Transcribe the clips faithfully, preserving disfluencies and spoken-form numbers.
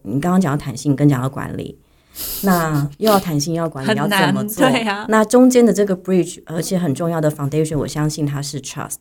你刚刚讲到弹性跟讲到管理，那又要弹性又要管理，要怎么做？ 对啊， 那中间的这个 bridge， 而且很重要的 foundation， 我相信它是 trust。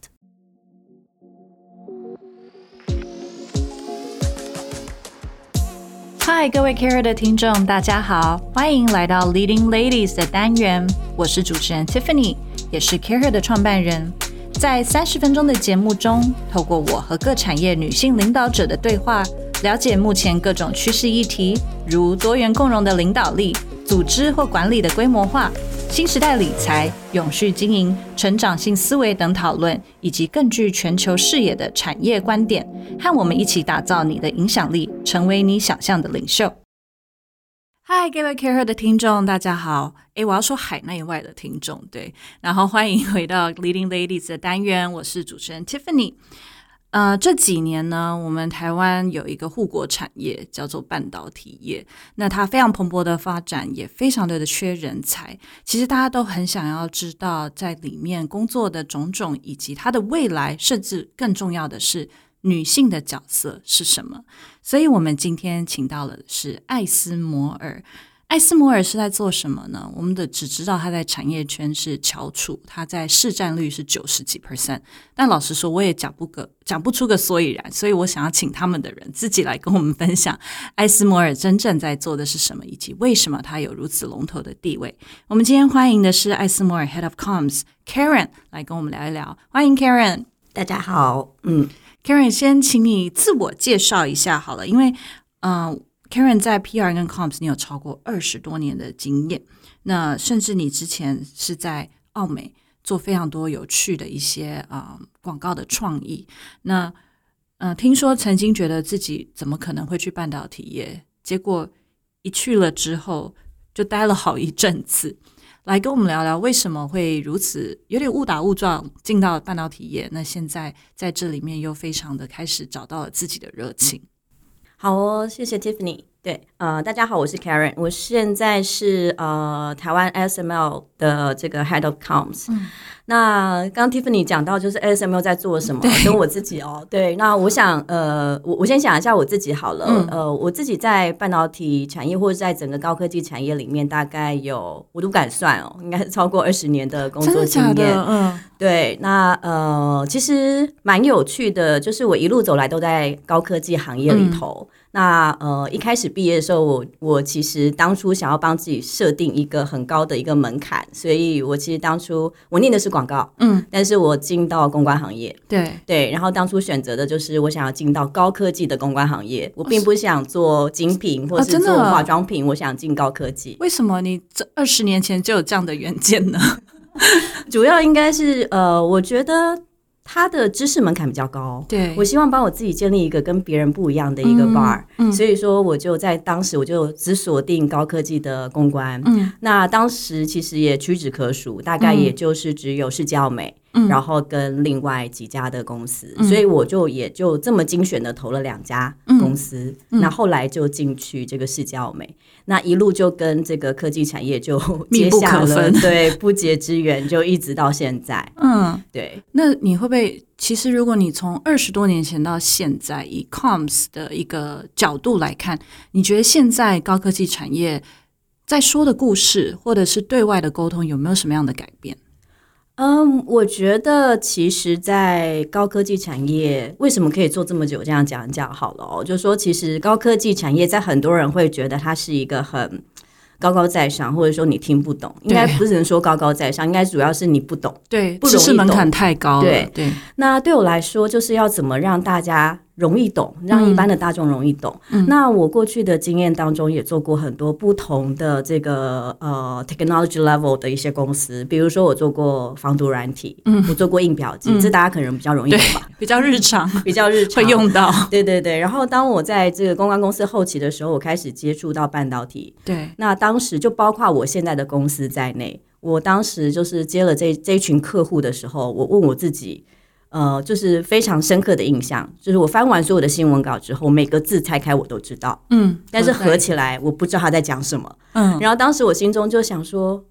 嗨，各位 Career 的听众，大家好，欢迎来到 Leading Ladies 的单元，我是主持人 Tiffany， 也是 Career 的创办人。在三十分钟的节目中，透过我和各产业女性领导者的对话，了解目前各种趋势议题，如多元共融的领导力、组织或管理的规模化、新时代理财、永续经营、成长性思维等讨论，以及更具全球视野的产业观点，和我们一起打造你的影响力，成为你想象的领袖。嗨，各位 Career 的听众，大家好。诶，我要说海内外的听众，对，然后欢迎回到 Leading Ladies 的单元，我是主持人 Tiffany。呃，这几年呢，我们台湾有一个护国产业叫做半导体业，那它非常蓬勃的发展，也非常的缺人才。其实大家都很想要知道在里面工作的种种，以及它的未来，甚至更重要的是女性的角色是什么。所以我们今天请到的是艾斯摩尔。艾斯摩尔是在做什么呢？我们的只知道他在产业圈是翘楚，他在市占率是九十几 percent， 但老实说我也讲不个讲不出个所以然，所以我想要请他们的人自己来跟我们分享艾斯摩尔真正在做的是什么，以及为什么他有如此龙头的地位。我们今天欢迎的是艾斯摩尔 Head of Comms Karen 来跟我们聊一聊，欢迎 Karen。 大家好，嗯 Karen 先请你自我介绍一下好了，因为嗯、呃Karen 在 P R 跟 Comms 你有超过二十多年的经验，那甚至你之前是在奥美做非常多有趣的一些呃广告的创意。那呃听说曾经觉得自己怎么可能会去半导体业，结果一去了之后就待了好一阵子。来跟我们聊聊为什么会如此有点误打误撞进到半导体业，那现在在这里面又非常的开始找到了自己的热情。 好哦，谢谢 Tiffany。对，呃，大家好，我是 Karen， 我现在是呃台湾 A S M L 的这个 Head of Comms。嗯、那刚刚 Tiffany 讲到就是 A S M L 在做什么，跟我自己哦，对，那我想呃，我我先讲一下我自己好了。嗯、呃，我自己在半导体产业或者在整个高科技产业里面，大概有我都不敢算哦，应该是超过二十年的工作经验。 真的假的？嗯， 对，那呃，其实蛮有趣的，就是我一路走来都在高科技行业里头。嗯那呃，一开始毕业的时候，我我其实当初想要帮自己设定一个很高的一个门槛，所以我其实当初我念的是广告，嗯，但是我进到公关行业， 对对，然后当初选择的就是我想要进到高科技的公关行业，我并不想做精品或是做化妆品，哦、我想进高科技。 为什么你这二十年前就有这样的远见呢？ 主要应该是呃，我觉得他的知识门槛比较高， 对， 我希望帮我自己建立一个跟别人不一样的一个 bar，嗯嗯、所以说我就在当时我就只锁定高科技的公关，嗯、那当时其实也屈指可数，大概也就是只有世纪奥美，嗯、然后跟另外几家的公司，嗯、所以我就也就这么精选的投了两家公司，嗯、那后来就进去这个世纪奥美，那一路就跟这个科技产业就接下了对不解之缘，就一直到现在。嗯，对。 那你会不会其实如果你从二十多年前到现在，以 Comms 的一个角度来看，你觉得现在高科技产业在说的故事或者是对外的沟通有没有什么样的改变？ 嗯，我觉得其实在高科技产业为什么可以做这么久，这样讲讲好了哦，就是说其实高科技产业在很多人会觉得它是一个很高高在上，或者说你听不懂，应该不是能说高高在上，应该主要是你不懂， 对， 不容易懂， 知识门槛太高了。 对对，那对我来说就是要怎么让大家容易懂，让一般的大众容易懂。嗯、那我过去的经验当中也做过很多不同的这个呃 technology level 的一些公司，比如说我做过防毒软体，嗯、我做过印表机，嗯、这大家可能比较容易懂吧， 比较日常， 比较日常会用到。 对对对。然后当我在这个公关公司后期的时候，我开始接触到半导体。 对， 那当时就包括我现在的公司在内，我当时就是接了这这一群客户的时候，我问我自己。呃，就是非常深刻的印象，就是我翻完所有的新闻稿之后，每个字拆开我都知道，嗯，但是合起来我不知道他在讲什么，嗯，然后当时我心中就想说，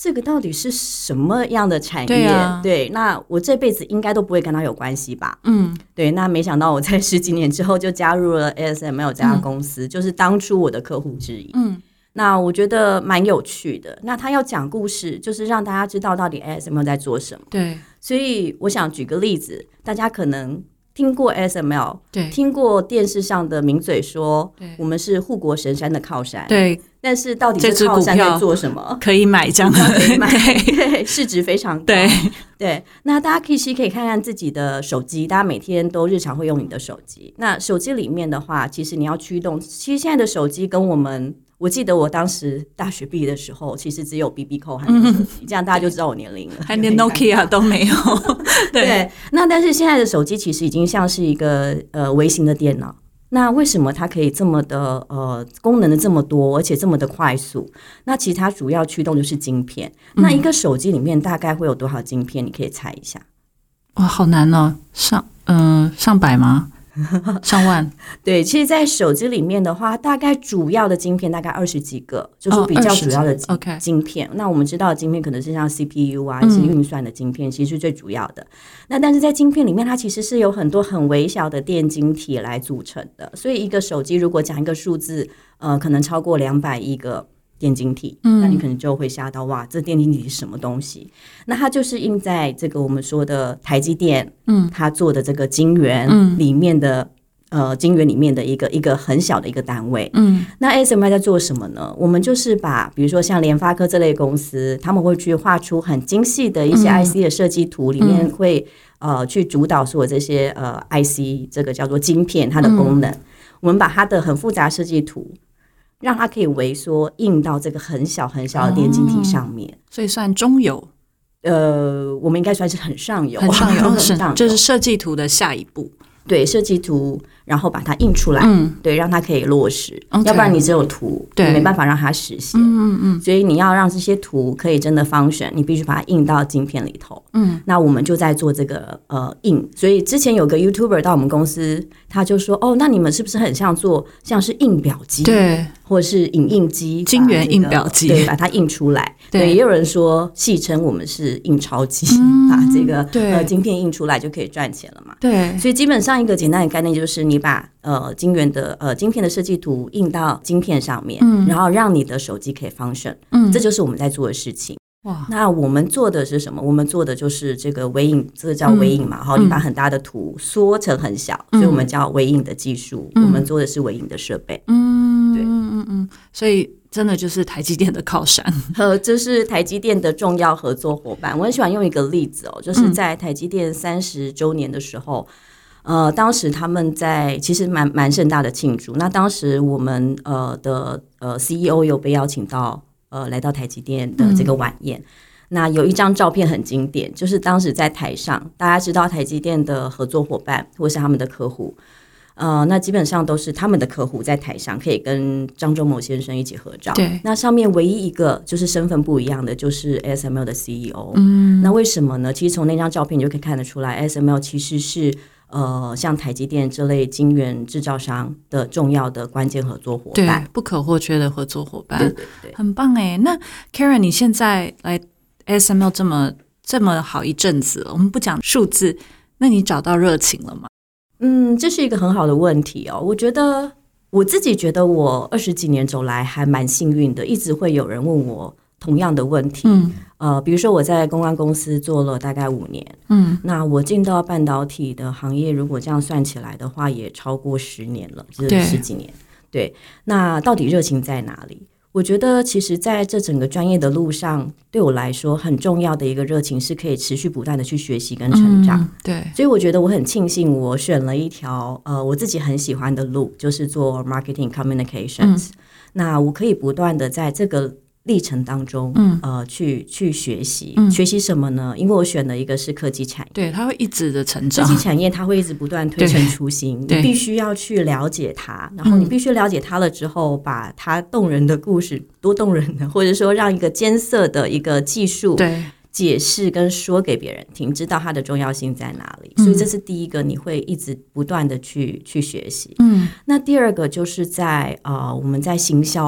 这个到底是什么样的产业？ 对啊， 对，那我这辈子应该都不会跟他有关系吧？ 嗯， 对，那没想到我在十几年之后就加入了 A S M L 这家公司，嗯、就是当初我的客户之一。嗯，那我觉得蛮有趣的。那他要讲故事，就是让大家知道到底 A S M L 在做什么。 对， 所以我想举个例子，大家可能听过 A S M L， 对， 听过电视上的名嘴说，我们是护国神山的靠山， 对。 但是到底这靠山在做什么？ 可以买这样的， 可以买，对，市值非常高。 对对，那大家可以其实可以看看自己的手机，大家每天都日常会用你的手机。那手机里面的话，其实你要驱动，其实现在的手机跟我们。我记得我当时大学毕业的时候，其实只有 B B 扣还没有手机，嗯、这样大家就知道我年龄了， 还连 Nokia 都没有。对, 对，那但是现在的手机其实已经像是一个呃微型的电脑。那为什么它可以这么的呃功能的这么多，而且这么的快速？那其实它主要驱动就是晶片。嗯、那一个手机里面大概会有多少晶片？你可以猜一下。 哇，好难哦，上嗯、呃、上百吗？上万。 对，其实在手机里面的话，大概主要的晶片大概二十几个，就是比较主要的晶片。哦、那我们知道的晶片可能是像 C P U 啊，一些运算的晶片，其实是最主要的。那但是在晶片里面，它其实是有很多很微小的电晶体来组成的。所以一个手机如果讲一个数字，呃，可能超过两百亿个电晶体，那你可能就会吓到，哇，这电晶体是什么东西？那它就是印在这个我们说的台积电，嗯，它做的这个晶圆里面的、嗯、呃晶圆里面的一个一个很小的一个单位，嗯，那 A S M L 在做什么呢？我们就是把比如说像联发科这类公司，他们会去画出很精细的一些 I C 的设计图，嗯、里面会呃去主导所有这些呃 I C 这个叫做晶片它的功能，嗯、我们把它的很复杂设计图。让它可以微缩印到这个很小很小的电晶体上面，哦、 所以算中游。 呃，我们应该算是很上游， 很上游， 很上游， 就是设计图的下一步。 对，设计图，然后把它印出来，嗯，对，让它可以落实。Okay, 要不然你只有图，对，你没办法让它实现。嗯嗯嗯。所以你要让这些图可以真的 function， 你必须把它印到晶片里头。嗯。那我们就在做这个呃印。所以之前有个 YouTuber 到我们公司，他就说：“哦，那你们是不是很像做像是印表机？对，或者是影印机， 晶圆印表机， 对，把它印出来。对，也有人说戏称我们是印钞机，嗯、把这个呃晶片印出来就可以赚钱了嘛。对，所以基本上。”上一个简单的概念就是你把呃晶圆的呃晶片的设计图印到晶片上面，嗯、然后让你的手机可以 function，嗯、这就是我们在做的事情。哇，那我们做的是什么？我们做的就是这个微影，这个叫微影嘛，哈、嗯，你把很大的图缩成很小，嗯、所以我们叫微影的技术。嗯、我们做的是微影的设备。嗯，对， 嗯嗯嗯，所以真的就是台积电的靠山， 呃，这是台积电的重要合作伙伴。我很喜欢用一个例子哦，就是在台积电三十周年的时候。呃，当时他们在其实蛮蛮盛大的庆祝。那当时我们呃的呃 C E O 有被邀请到呃来到台积电的这个晚宴。嗯、那有一张照片很经典，就是当时在台上，大家知道台积电的合作伙伴或是他们的客户，呃，那基本上都是他们的客户在台上可以跟张忠谋先生一起合照。对，那上面唯一一个就是身份不一样的，就是 A S M L 的 C E O。嗯，那为什么呢？其实从那张照片你就可以看得出来 ，A S M L 其实是。呃，像台积电这类晶圆制造商的重要的关键合作伙伴， 对，不可或缺的合作伙伴， 对对对， 很棒哎。那 Karen， 你现在来 A S M L 这么这么好一阵子了，我们不讲数字，那你找到热情了吗？ 嗯，这是一个很好的问题哦。我觉得我自己觉得我二十几年走来还蛮幸运的，一直会有人问我同样的问题。嗯。呃，比如说我在公关公司做了大概五年，嗯，那我进到半导体的行业，如果这样算起来的话，也超过十年了，就是十几年。对，那到底热情在哪里？我觉得其实在这整个专业的路上，对我来说很重要的一个热情是可以持续不断的去学习跟成长。嗯、对，所以我觉得我很庆幸我选了一条呃我自己很喜欢的路，就是做 marketing communications。嗯、那我可以不断的在这个历程当中，嗯，呃，去去学习，嗯、学习什么呢？因为我选了一个是科技产业， 对，它会一直的成长。 科技产业它会一直不断推陈出新，你必须要去了解它，然后你必须了解它了之后，把它动人的故事，多动人的，或者说让一个艰涩的一个技术，对，解释跟说给别人听，知道它的重要性在哪里。嗯、所以这是第一个，你会一直不断的去去学习。嗯，那第二个就是在呃我们在行销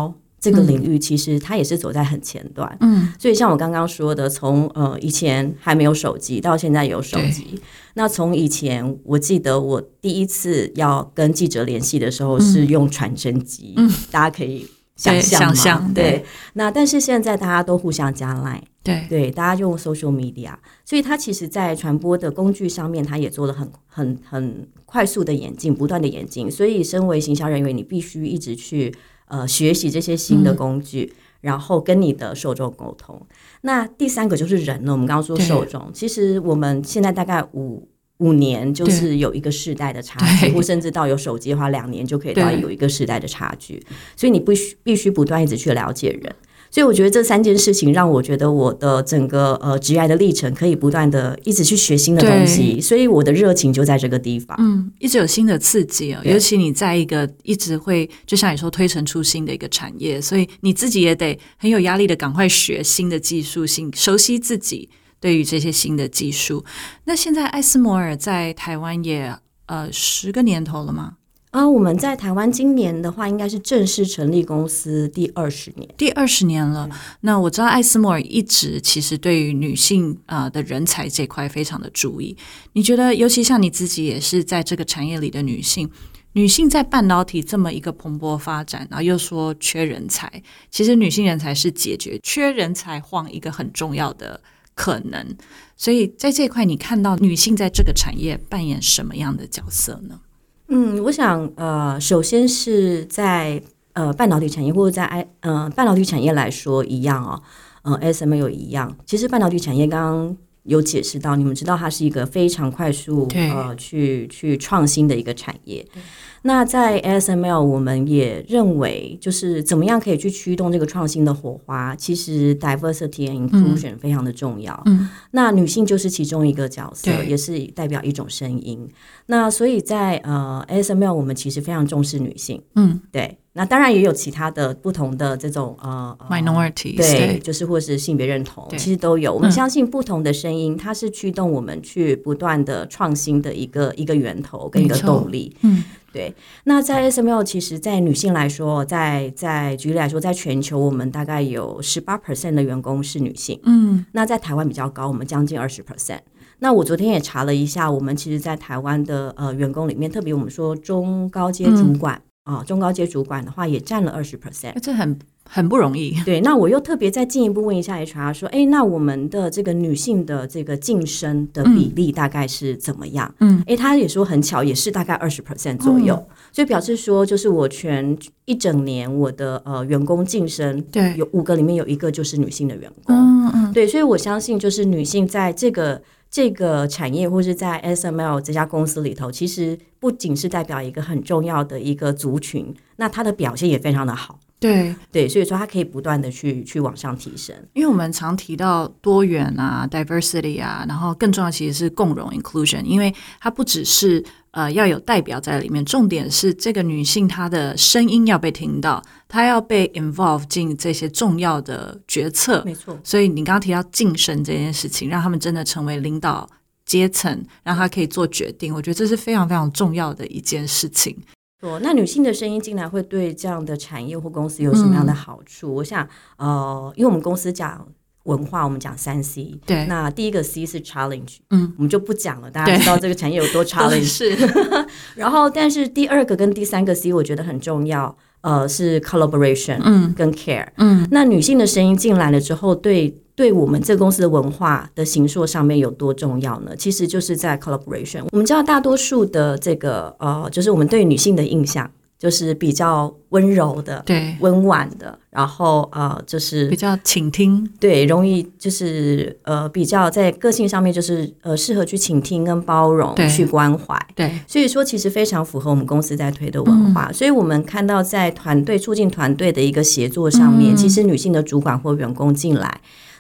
这个领域其实它也是走在很前端，嗯，所以像我刚刚说的，从呃以前还没有手机到现在有手机，那从以前我记得我第一次要跟记者联系的时候是用传真机，嗯，大家可以想象吗？ 想象对, 对，那但是现在大家都互相加 Line， 对对，大家用 social media， 所以它其实在传播的工具上面，它也做了很很很快速的演进，不断的演进，所以身为行销人员，你必须一直去呃学习这些新的工具，嗯，然后跟你的受众沟通。那第三个就是人了，我们刚刚说受众，其实我们现在大概五五年就是有一个世代的差距，或甚至到有手机的话，两年就可以到有一个世代的差距，所以你必须必须不断一直去了解人。所以我觉得这三件事情让我觉得我的整个呃职业的历程可以不断的一直去学新的东西，所以我的热情就在这个地方。 嗯，一直有新的刺激哦，尤其你在一个一直会就像你说推陈出新的一个产业，所以你自己也得很有压力的赶快学新的技术，新熟悉自己对于这些新的技术。那现在艾斯摩尔在台湾也呃十个年头了吗？ 啊，我们在台湾今年的话，应该是正式成立公司第二十年， 第二十年了。那我知道艾斯摩尔一直其实对于女性啊、呃、的人才这块非常的注意。你觉得，尤其像你自己也是在这个产业里的女性，女性在半导体这么一个蓬勃发展，然后又说缺人才，其实女性人才是解决缺人才荒一个很重要的可能。所以在这一块，你看到女性在这个产业扮演什么样的角色呢？ 嗯，我想呃，首先是在呃半导体产业或者在呃半导体产业来说一样哦，呃 A S M L 一样。其实半导体产业刚刚有解释到，你们知道它是一个非常快速呃去去创新的一个产业。那在 A S M L 我们也认为，就是怎么样可以去驱动这个创新的火花，其实 diversity and inclusion 非常的重要。嗯，那女性就是其中一个角色，也是代表一种声音。那所以在呃 A S M L 我们其实非常重视女性。嗯，对。那当然也有其他的不同的这种呃 minorities， 对，就是或是性别认同，其实都有。我们相信不同的声音，它是驱动我们去不断的创新的一个一个源头跟一个动力。嗯，对。那在 A S M L 其实在女性来说，在在举例来说，在全球我们大概有 百分之十八 的员工是女性。嗯，那在台湾比较高，我们将近 百分之二十。那我昨天也查了一下，我们其实在台湾的呃员工里面，特别我们说中高阶主管。嗯啊，中高阶主管的话也占了 百分之二十， 这很很不容易。 对，那我又特别再进一步问一下 H R 说，哎，那我们的这个女性的这个晋升的比例大概是怎么样？嗯，哎，他也说很巧，也是大概 百分之二十 左右，嗯，所以表示说，就是我全一整年我的呃员工晋升，对，有五个里面有一个就是女性的员工。嗯嗯，对，所以我相信就是女性在这个。这个产业或是在 A S M L 这家公司里头，其实不仅是代表一个很重要的一个族群，那它的表现也非常的好。 对对，所以说它可以不断的去去往上提升。 因为我们常提到多元啊 diversity 啊，然后更重要其实是共融 inclusion， 因为它不只是呃要有代表在里面，重点是这个女性她的声音要被听到，她要被 involve 进这些重要的决策。 没错， 所以你刚刚提到晋升这件事情，让他们真的成为领导阶层，让她可以做决定，我觉得这是非常非常重要的一件事情。 那女性的声音进来会对这样的产业或公司有什么样的好处？嗯，我想呃，因为我们公司讲文化，我们讲三 C， 对，那第一个 C 是 challenge， 嗯，我们就不讲了，大家知道这个产业有多 challenge 是。然后但是第二个跟第三个 C 我觉得很重要，呃，是 collaboration， 嗯，跟 care， 嗯，那女性的声音进来了之后，对对我们这个公司的文化的形塑上面有多重要呢？其实就是在 collaboration。我们知道大多数的这个呃，就是我们对女性的印象就是比较温柔的，对，温婉的，然后呃，就是比较倾听， 对，容易就是呃，比较在个性上面就是呃，适合去倾听跟包容，去关怀，对，所以说其实非常符合我们公司在推的文化。嗯，所以我们看到在团队促进团队的一个协作上面，嗯，其实女性的主管或员工进来。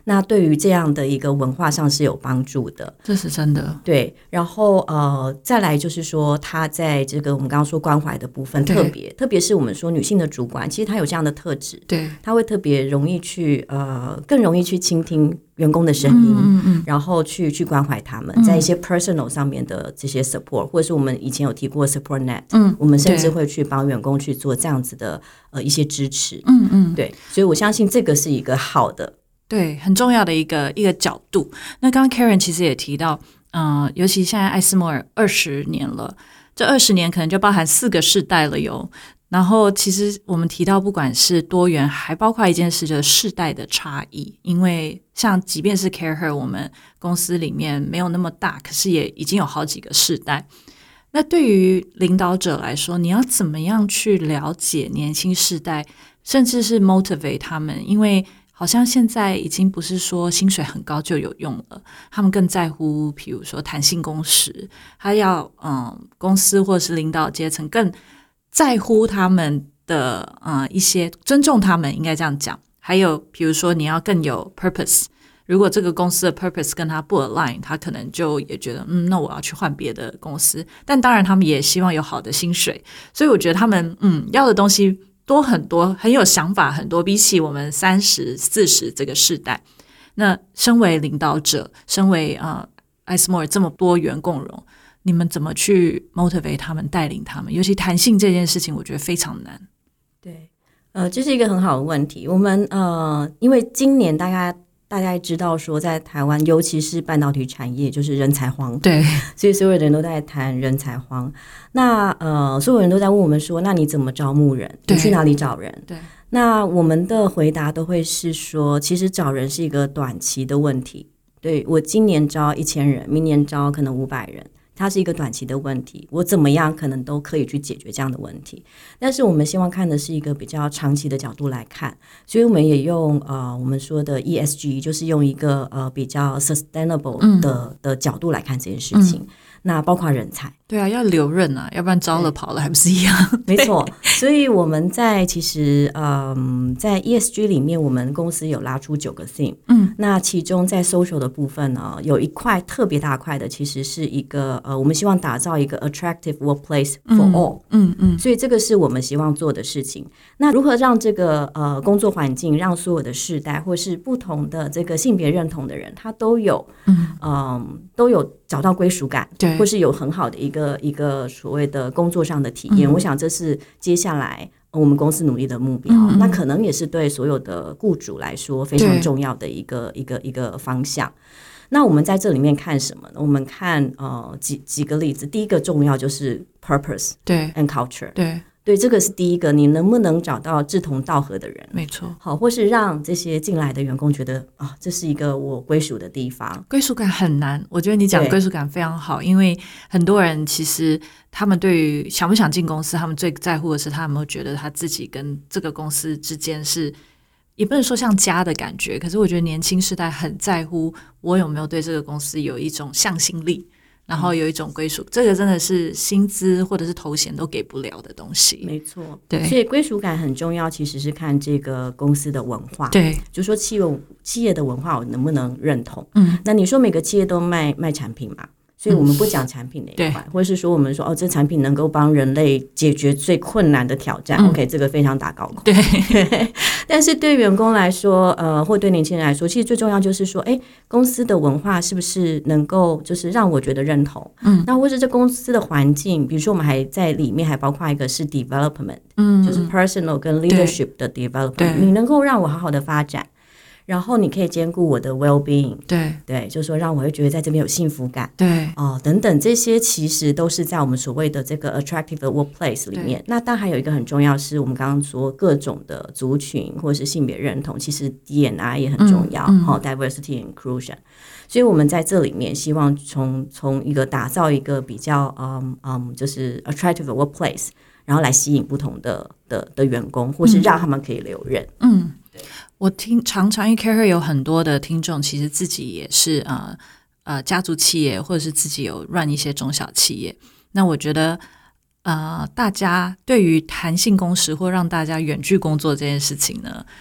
那对于这样的一个文化上是有帮助的， 这是真的。 对，然后呃，再来就是说，他在这个我们刚刚说关怀的部分，特别特别是我们说女性的主管，其实她有这样的特质， 对， 她会特别容易去呃，更容易去倾听员工的声音，嗯嗯嗯然后去去关怀他们，在一些 personal 上面的这些 support，、嗯、或者是我们以前有提过 support net，嗯，我们甚至会去帮员工去做这样子的呃一些支持，嗯嗯，对，所以我相信这个是一个好的。 对，很重要的一个一个角度。那刚刚 Karen 其实也提到，嗯、呃，尤其现在艾斯摩尔二十年了，这二十年可能就包含四个世代了哟。然后其实我们提到，不管是多元，还包括一件事，就是世代的差异。因为像即便是 CareHer， 我们公司里面没有那么大，可是也已经有好几个世代。那对于领导者来说，你要怎么样去了解年轻世代，甚至是 motivate 他们？因为好像现在已经不是说薪水很高就有用了，他们更在乎比如说弹性工时，他要嗯公司或者是领导阶层更在乎他们的嗯一些尊重他们，应该这样讲。还有比如说你要更有 purpose， 如果这个公司的 purpose 跟他不 align， 他可能就也觉得嗯那我要去换别的公司。但当然他们也希望有好的薪水，所以我觉得他们嗯要的东西多很多，很有想法很多，比起我们三十四十这个世代。那身为领导者，身为呃艾斯摩尔这么多元共融，你们怎么去 motivate 他们，带领他们？尤其弹性这件事情我觉得非常难。 对，呃，这是一个很好的问题。我们呃因为今年大概大家知道说在台湾尤其是半导体产业就是人才荒， 对， 所以所有人都在谈人才荒。那呃所有人都在问我们说，那你怎么招募人？你去哪里找人？ 对， 那我们的回答都会是说，其实找人是一个短期的问题。对，我今年招一千人，明年招可能五百人，它是一个短期的问题，我怎么样可能都可以去解决这样的问题。但是我们希望看的是一个比较长期的角度来看，所以我们也用呃我们说的 E S G， 就是用一个呃比较 sustainable 的、嗯、的角度来看这件事情。嗯，那包括人才， 对啊，要留任啊，要不然招了跑了还不是一样？ 没错，所以我们在其实嗯，在 E S G 里面，我们公司有拉出九个 theme， 嗯，那其中在 social 的部分呢，有一块特别大块的，其实是一个呃，我们希望打造一个 attractive workplace for all， 嗯 嗯, 嗯，所以这个是我们希望做的事情。那如何让这个呃工作环境，让所有的世代或是不同的这个性别认同的人，他都有嗯、呃、都有找到归属感，对，或是有很好的一个一个所谓的工作上的体验，嗯，我想这是接下来我们公司努力的目标，嗯，那可能也是对所有的雇主来说非常重要的一个一个一个方向。那我们在这里面看什么呢？我们看呃几几个例子。第一个重要就是 purpose 对 and culture， 对对，这个是第一个，你能不能找到志同道合的人？没错，好，或是让这些进来的员工觉得啊，这是一个我归属的地方。 归属感很难，我觉得你讲归属感非常好，因为很多人其实他们对于想不想进公司，他们最在乎的是他有没有觉得他自己跟这个公司之间是，也不能说像家的感觉，可是我觉得年轻世代很在乎我有没有对这个公司有一种向心力，然后有一种归属，嗯，这个真的是薪资或者是头衔都给不了的东西。 没错，对，所以归属感很重要，其实是看这个公司的文化。对，就说企业企业的文化我能不能认同？嗯，那你说每个企业都卖卖产品嘛？所以我们不讲产品那一块，嗯，或者是说我们说哦，这产品能够帮人类解决最困难的挑战，嗯，OK， 这个非常打高空。对，但是对员工来说，呃，或对年轻人来说，其实最重要就是说，哎，公司的文化是不是能够就是让我觉得认同？嗯，那或是这公司的环境，比如说我们还在里面还包括一个是 development，嗯，就是 personal 跟 leadership 的 development，你能够让我好好的发展。然后你可以兼顾我的 well-being， 对对，就是说让我会觉得在这边有幸福感，对哦，等等，这些其实都是在我们所谓的这个 attractive workplace 里面。那当然还有一个很重要是我们刚刚说各种的族群或者是性别认同，其实 D and I 也很重要，嗯嗯哦、diversity and inclusion。所以我们在这里面希望从从一个打造一个比较嗯嗯就是 attractive workplace， 然后来吸引不同的的的员工，或是让他们可以留任。嗯。 我听常常因为 CareHer 有很多的听众其实自己也是呃呃家族企业，或者是自己有 run 一些中小企业。那我觉得呃大家对于弹性工时或让大家远距工作这件事情呢，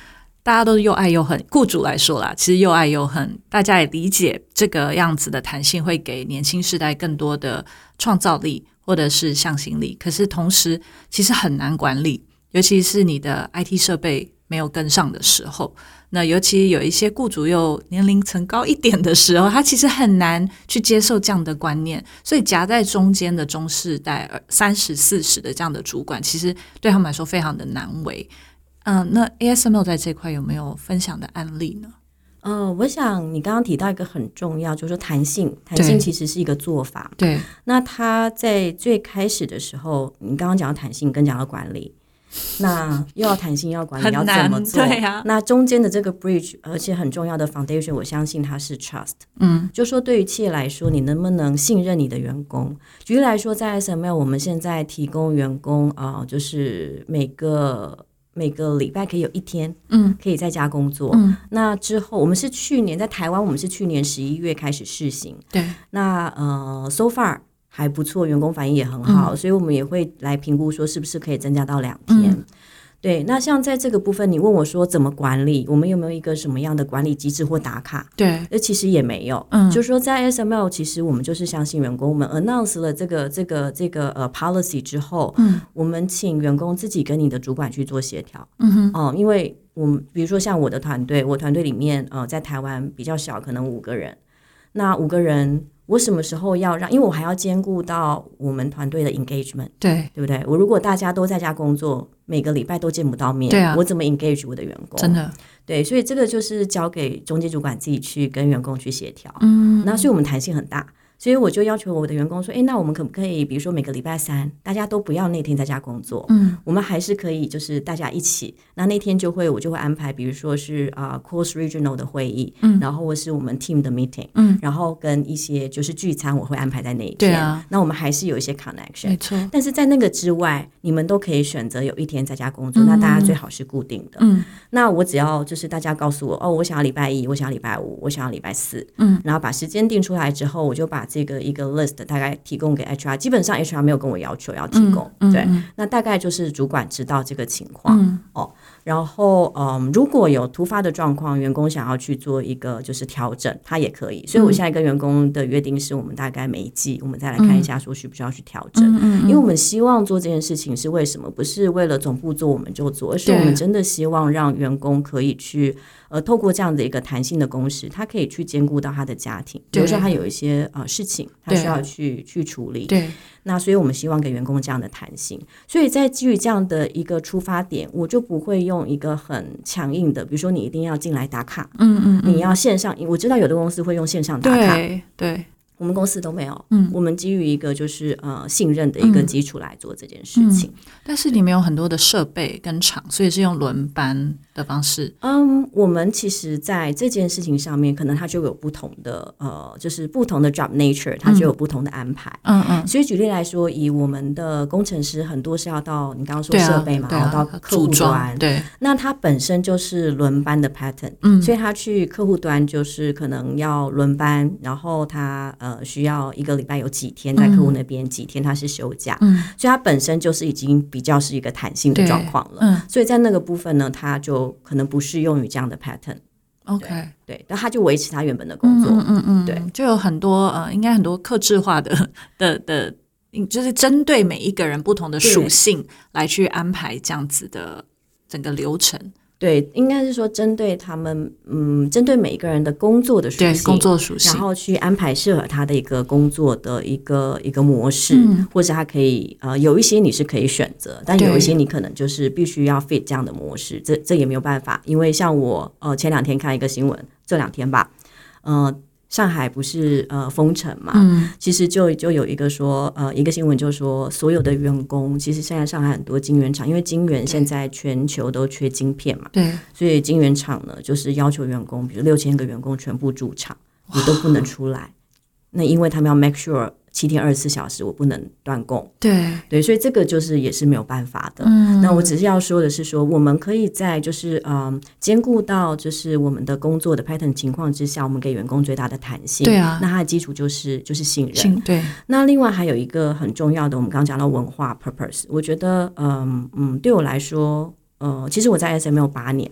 大家都又爱又恨，雇主来说啦，其实又爱又恨，大家也理解这个样子的弹性会给年轻世代更多的创造力或者是向心力，可是同时其实很难管理，尤其是你的 I T 设备没有跟上的时候，那尤其有一些雇主又年龄层高一点的时候，他其实很难去接受这样的观念，所以夹在中间的中世代三十四十的这样的主管，其实对他们来说非常的难为。嗯，那 A S M L 在这块有没有分享的案例呢？ 呃，我想你刚刚提到一个很重要，就是说弹性，弹性其实是一个做法。 对， 那他在最开始的时候，你刚刚讲到弹性跟讲到管理，那又要弹性又要管理，要怎么做？ 对啊， 那中间的这个 bridge， 而且很重要的 foundation， 我相信它是 trust。嗯，就说对于企业来说，你能不能信任你的员工？举例来说，在 S M L， 我们现在提供员工啊、呃，就是每个。每个礼拜可以有一天，嗯，可以在家工作。嗯，那之后我们是去年在台湾，我们是去年十一月开始试行。 对， 那呃 ，so far 还不错，员工反应也很好，嗯、所以我们也会来评估说是不是可以增加到两天。嗯，对，那像在这个部分，你问我说怎么管理，我们有没有一个什么样的管理机制或打卡？ 对， 那其实也没有。嗯，就是说在 S M L， 其实我们就是相信员工，我们 announce 了这个这个这个呃 policy 之后，嗯，我们请员工自己跟你的主管去做协调。嗯哼，哦、呃，因为我们比如说像我的团队，我团队里面呃在台湾比较小，可能五个人，那五个人。我什么时候要让？因为我还要兼顾到我们团队的 engagement， 对对不对？我如果大家都在家工作，每个礼拜都见不到面， 对啊， 我怎么 engage 我的员工？ 真的， 对，所以这个就是交给中阶主管自己去跟员工去协调。嗯，那所以我们弹性很大。所以我就要求我的员工说，哎，那我们可不可以比如说每个礼拜三大家都不要那天在家工作，嗯，我们还是可以就是大家一起，那那天就会我就会安排比如说是啊、呃、cross regional 的会议，嗯，然后或是我们 team 的 meeting， 嗯，然后跟一些就是聚餐我会安排在那一天， 对啊， 那我们还是有一些 connection， 没错， 但是在那个之外你们都可以选择有一天在家工作，嗯，那大家最好是固定的，嗯，那我只要就是大家告诉我哦，我想要礼拜一，我想要礼拜五，我想要礼拜四，嗯，然后把时间定出来之后，我就把这个一个 list大概提供给 H R， 基本上 H R 没有跟我要求要提供，嗯嗯、对，那大概就是主管知道这个情况，嗯、哦，然后嗯，如果有突发的状况，员工想要去做一个就是调整，他也可以。所以我现在跟员工的约定是我们大概每一季我们再来看一下说需不需要去调整，嗯嗯嗯、因为我们希望做这件事情是为什么？不是为了总部做我们就做，而是我们真的希望让员工可以去呃透过这样的一个弹性的公式，他可以去兼顾到他的家庭，比如说他有一些呃事情他需要去去处理， 对， 那所以我们希望给员工这样的弹性，所以在基于这样的一个出发点，我就不会用一个很强硬的，比如说你一定要进来打卡，嗯嗯嗯，你要线上，我知道有的公司会用线上打卡， 对对， 我们公司都没有，嗯，我们基于一个就是呃信任的一个基础来做这件事情，嗯嗯、但是你们有很多的设备跟场，所以是用轮班的方式。 嗯，我们其实在这件事情上面，可能它就有不同的呃，就是不同的 job nature， 它就有不同的安排。嗯嗯。所以举例来说，以我们的工程师很多是要到你刚刚说设备嘛，然后、啊、到客户端， 对， 那它本身就是轮班的 pattern，嗯，所以他去客户端就是可能要轮班，然后他呃需要一个礼拜有几天在客户那边，嗯、几天他是休假，嗯，所以它本身就是已经比较是一个弹性的状况了，嗯，所以在那个部分呢，它就可能不适用于这样的 pattern。OK， 对，对，但他就维持他原本的工作，嗯嗯嗯，对， 就有很多呃，应该很多客制化的的的，就是针对每一个人不同的属性来去安排这样子的整个流程。 对，应该是说针对他们，嗯，针对每一个人的工作的属性， 工作属性， 然后去安排适合他的一个工作的一个一个模式，嗯、或者他可以呃有一些你是可以选择，但有一些你可能就是必须要 fit 这样的模式，这这也没有办法，因为像我呃前两天看一个新闻，这两天吧，呃。上海不是呃封城嘛、嗯，其实就就有一个说呃一个新闻就说所有的员工，其实现在上海很多晶圆厂，因为晶圆现在全球都缺晶片嘛， 对， 所以晶圆厂呢就是要求员工，比如六千个员工全部驻厂，你都不能出来，那因为他们要 make sure。七天二十四小时我不能断供， 对对，所以这个就是也是没有办法的。嗯，那我只是要说的是说，我们可以在就是嗯兼顾到就是我们的工作的 pattern 情况之下，我们给员工最大的弹性。 对啊， 那它的基础就是就是信任。 对。 那另外还有一个很重要的，我们刚刚讲到文化 purpose， 我觉得嗯嗯对我来说，呃，其实我在 S M L 八年了。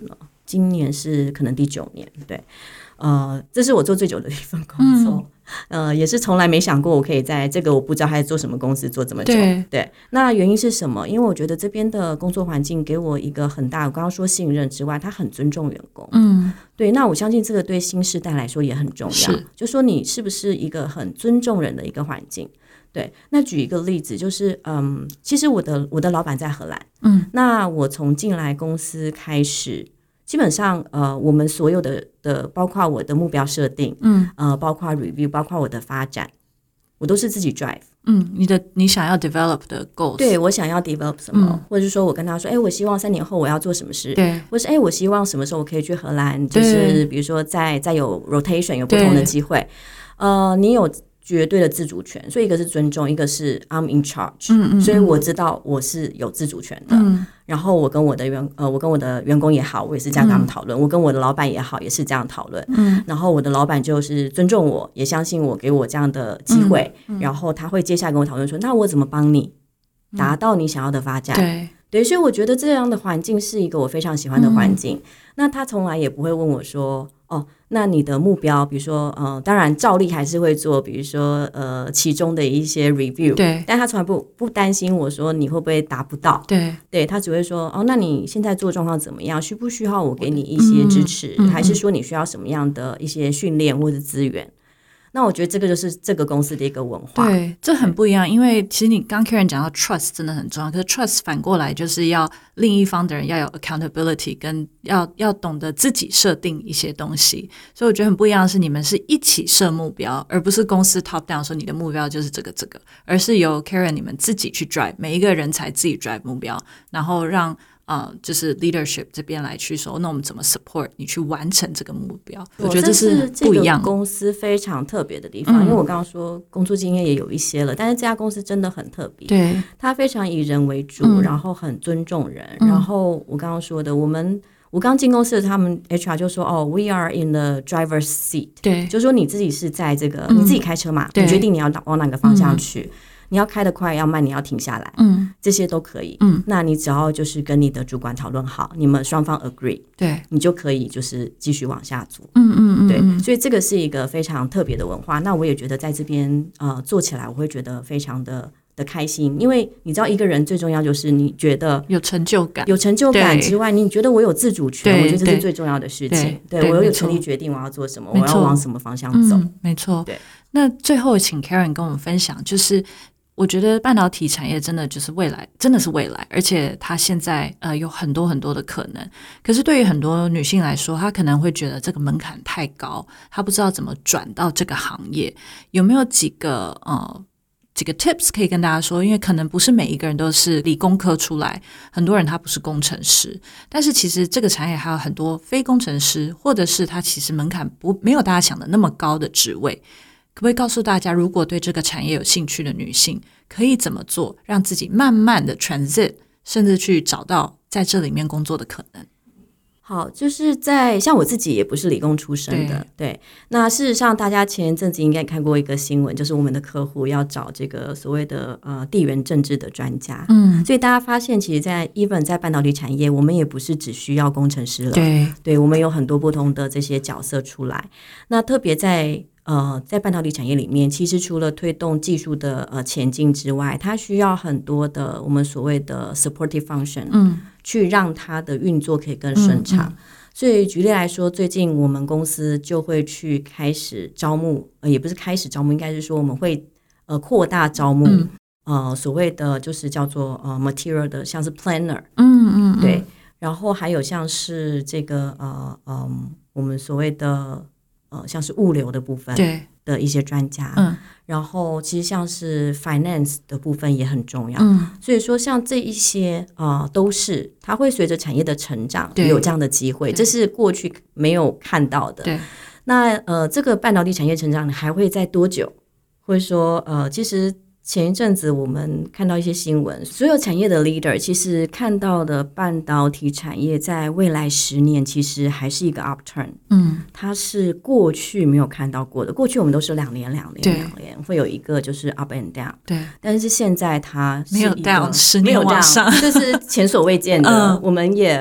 今年是可能第九年，对，呃，这是我做最久的一份工作。嗯、呃，也是从来没想过我可以在这个我不知道还做什么公司做这么久。对，对，那原因是什么？因为我觉得这边的工作环境给我一个很大，我刚刚说信任之外，他很尊重员工。嗯，对，那我相信这个对新世代来说也很重要。就说你是不是一个很尊重人的一个环境？对，那举一个例子，就是嗯，其实我的我的老板在荷兰。嗯，那我从进来公司开始。基本上，呃，我们所有的的，包括我的目标设定，嗯，呃，包括 review， 包括我的发展，我都是自己 drive。 嗯，你的你想要 develop 的 goals， 对，我想要 develop 什么，嗯、或者是说我跟他说，哎，我希望三年后我要做什么事， 对， 或是哎，我希望什么时候我可以去荷兰，就是比如说再再有 rotation 有不同的机会，呃，你有绝对的自主权，所以一个是尊重，一个是 I'm in charge， 嗯嗯嗯，所以我知道我是有自主权的。嗯，然后我跟我的员呃，我跟我的员工也好，我也是这样跟他们讨论、嗯；我跟我的老板也好，也是这样讨论。嗯，然后我的老板就是尊重我，也相信我，给我这样的机会、嗯嗯，然后他会接下来跟我讨论说，那我怎么帮你达到你想要的发展？嗯、对。对，所以我觉得这样的环境是一个我非常喜欢的环境。嗯、那他从来也不会问我说，哦，那你的目标，比如说，呃，当然照例还是会做，比如说，呃，其中的一些 review， 对，但他从来不不担心我说你会不会达不到，对，对他只会说，哦，那你现在做状况怎么样？需不需要我给你一些支持？嗯、还是说你需要什么样的一些训练或者资源？那我觉得这个就是这个公司的一个文化， 对，这很不一样。因为其实你刚 Karen 讲到 trust 真的很重要，可是 trust 反过来就是要另一方的人要有 accountability， 跟要要懂得自己设定一些东西。所以我觉得很不一样的是，你们是一起设目标，而不是公司 top down 说你的目标就是这个这个，而是由 Karen 你们自己去 drive， 每一个人才自己 drive 目标，然后让呃，就是 leadership 这边来去说，那我们怎么 support 你去完成这个目标？我觉得这是不一样。 这个公司非常特别的地方、嗯，因为我刚刚说工作经验也有一些了，但是这家公司真的很特别。对，它非常以人为主，嗯、然后很尊重人、嗯。然后我刚刚说的，我们我刚进公司的时候，他们 H R 就说：“哦 ，We are in the driver's seat。”对，就说你自己是在这个、嗯、你自己开车嘛，你决定你要往哪个方向去。嗯，你要开得快要慢你要停下来，嗯，这些都可以，嗯，那你只要就是跟你的主管讨论好，你们双方 agree， 对，你就可以就是继续往下做，嗯嗯嗯，对，所以这个是一个非常特别的文化。那我也觉得在这边呃做起来我会觉得非常的的开心，因为你知道一个人最重要就是你觉得有成就感， 有成就感之外，你觉得我有自主权，我觉得这是最重要的事情。对，对，我有权利决定我要做什么，我要往什么方向走。嗯， 没错。对，那最后请 Karen 跟我们分享，就是我觉得半导体产业真的就是未来，真的是未来，而且它现在呃有很多很多的可能。可是对于很多女性来说，她可能会觉得这个门槛太高，她不知道怎么转到这个行业。有没有几个呃几个 tips 可以跟大家说？因为可能不是每一个人都是理工科出来，很多人他不是工程师，但是其实这个产业还有很多非工程师，或者是他其实门槛不没有大家想的那么高的职位。可不可以告诉大家，如果对这个产业有兴趣的女性可以怎么做，让自己慢慢的 transit， 甚至去找到在这里面工作的可能？ 好，就是在像我自己也不是理工出身的， 对， 对，那事实上大家前一阵子应该看过一个新闻，就是我们的客户要找这个所谓的呃地缘政治的专家，嗯，所以大家发现其实在 even 在半导体产业，我们也不是只需要工程师了，对，对，我们有很多不同的这些角色出来。那特别在呃，在半导体产业里面，其实除了推动技术的呃前进之外，它需要很多的我们所谓的 supportive function， 嗯，去让它的运作可以更顺畅。嗯嗯，所以举例来说，最近我们公司就会去开始招募，呃，也不是开始招募，应该是说我们会呃扩大招募，嗯，呃，所谓的就是叫做呃 material 的，像是 planner， 嗯嗯，对，然后还有像是这个呃嗯我们所谓的。呃，像是物流的部分的一些专家，嗯，然后其实像是 finance 的部分也很重要，嗯，所以说像这一些啊、呃，都是它会随着产业的成长有这样的机会，这是过去没有看到的。对，那呃，这个半导体产业成长还会在多久？或者说呃，其实。前一阵子我们看到一些新闻，所有产业的 leader 其实看到的半导体产业在未来十年其实还是一个 upturn， 嗯，它是过去没有看到过的。过去我们都是两年两年两年会有一个就是 up and down， 对，但是现在它是没有 down， 十年往上， 这是前所未见的、嗯、我们也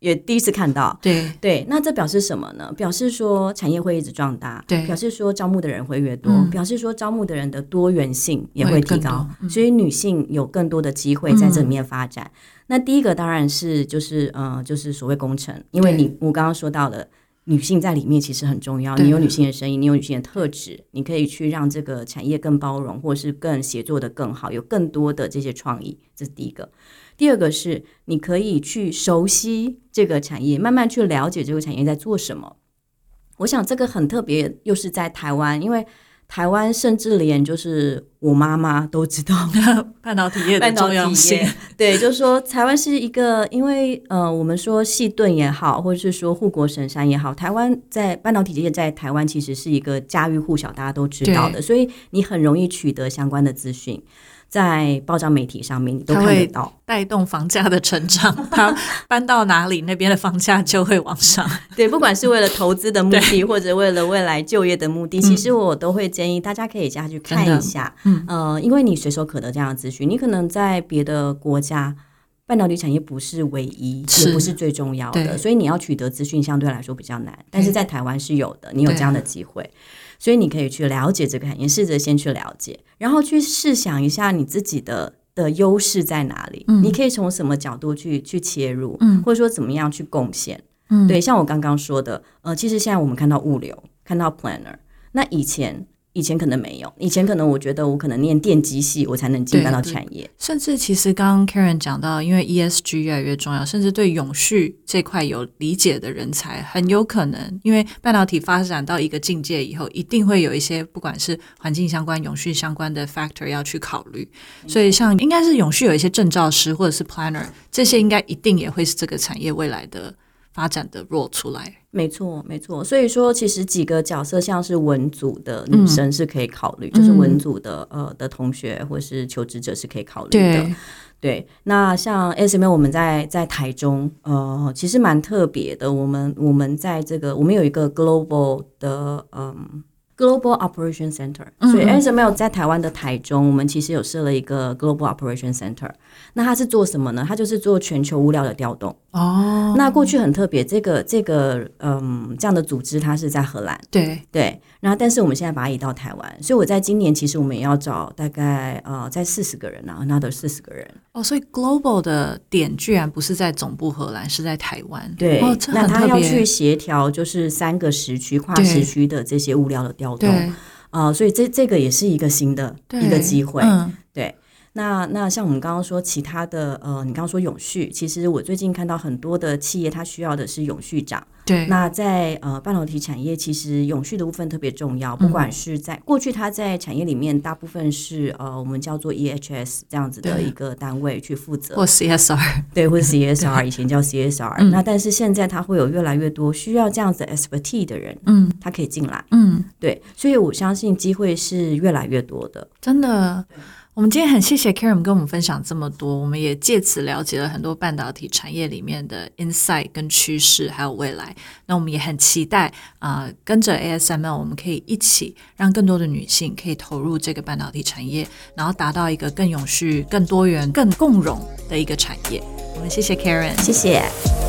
也第一次看到。 对对，那这表示什么呢？表示说产业会一直壮大， 对， 表示说招募的人会越多，嗯、表示说招募的人的多元性也会提高， 嗯、 所以女性有更多的机会在这里面发展。嗯、那第一个当然是就是呃就是所谓工程，因为你我刚刚说到了。女性在里面其实很重要，你有女性的声音，你有女性的特质，你可以去让这个产业更包容，或是更协作的更好，有更多的这些创意，这是第一个。第二个是你可以去熟悉这个产业，慢慢去了解这个产业在做什么。我想这个很特别，又是在台湾，因为台湾甚至连就是我妈妈都知道半导体业的重要性。 对，就是说台湾是一个，因为呃，我们说细盾也好，或者是说护国神山也好，台湾在半导体业在台湾其实是一个家喻户晓，大家都知道的，所以你很容易取得相关的资讯。在报章媒体上面你都看得到， 带动房价的成长，它搬到哪里那边的房价就会往上。 对，不管是为了投资的目的或者为了未来就业的目的，其实我都会建议大家可以下去看一下、嗯、呃，因为你随手可得这样的资讯，你可能在别的国家半导体产业不是唯一，也不是最重要的，所以你要取得资讯相对来说比较难，但是在台湾是有的，你有这样的机会，所以你可以去了解这个产业，试着先去了解，然后去试想一下你自己的的优势在哪里、嗯、你可以从什么角度去去切入、嗯、或者说怎么样去贡献、嗯、对，像我刚刚说的呃，其实现在我们看到物流，看到 planner， 那以前以前可能没有，以前可能我觉得我可能念电机系我才能进半导体产业， 甚至其实刚刚 Karen 讲到，因为 E S G 越来越重要，甚至对永续这块有理解的人才很有可能，因为半导体发展到一个境界以后，一定会有一些不管是环境相关永续相关的 factor 要去考虑，所以像应该是永续有一些证照师或者是 planner， 这些应该一定也会是这个产业未来的发展的 role 出来。 没错没错，所以说其实几个角色像是文组的女生是可以考虑、嗯、就是文组的呃的同学或是求职者是可以考虑的。对对，那像 S M L 我们在在台中呃其实蛮特别的，我们我们在这个我们有一个 global 的嗯Global Operation Center， 所以 S M L 在台湾的台中，我们其实有设了一个 Global Operation Center。那它是做什么呢？它就是做全球物料的调动。哦，那过去很特别，这个这个嗯这样的组织它是在荷兰， 对对。然后但是我们现在把它移到台湾，所以我在今年其实我们也要找大概呃在四十个人啊 ，another 四十个人。 哦，所以 Global 的点居然不是在总部荷兰，是在台湾。 对， 哦、 那他要去协调就是三个时区跨时区的这些物料的调动。对，呃，所以这这个也是一个新的一个机会。嗯，对。那那像我们刚刚说其他的呃，你刚刚说永续，其实我最近看到很多的企业它需要的是永续长。 对， 那在呃半导体产业，其实永续的部分特别重要，不管是在、嗯、过去它在产业里面大部分是呃我们叫做 E H S 这样子的一个单位去负责， 或 C S R， 对，或 C S R 以前叫 C S R， 那但是现在它会有越来越多需要这样子 expertise 的人，嗯，他可以进来，嗯，对，所以我相信机会是越来越多的， 真的。我们今天很谢谢 Karen 跟我们分享这么多，我们也借此了解了很多半导体产业里面的 insight 跟趋势还有未来。那我们也很期待、呃、跟着 A S M L 我们可以一起让更多的女性可以投入这个半导体产业，然后达到一个更永续更多元更共融的一个产业。我们谢谢 Karen， 谢谢。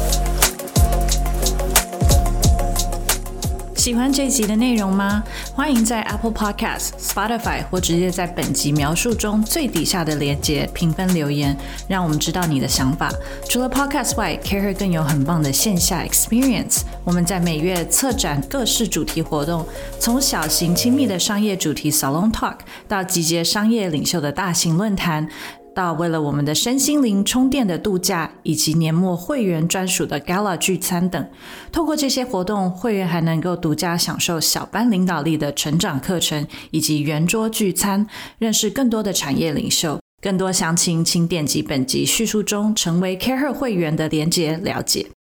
喜欢这集的内容吗？欢迎在 Apple Podcast、Spotify 或直接在本集描述中最底下的连结评分留言，让我们知道你的想法。除了 Podcast 外 Care 更有很棒的线下 experience， 我们在每月策展各式主题活动，从小型亲密的商业主题 Salon Talk 到集结商业领袖的大型论坛，到为了我们的身心灵充电的度假，以及年末会员专属的 Gala 聚餐等。透过这些活动，会员还能够独家享受小班领导力的成长课程，以及圆桌聚餐，认识更多的产业领袖。更多详情请点击本集叙述中成为 CareHer 会员的连结了解。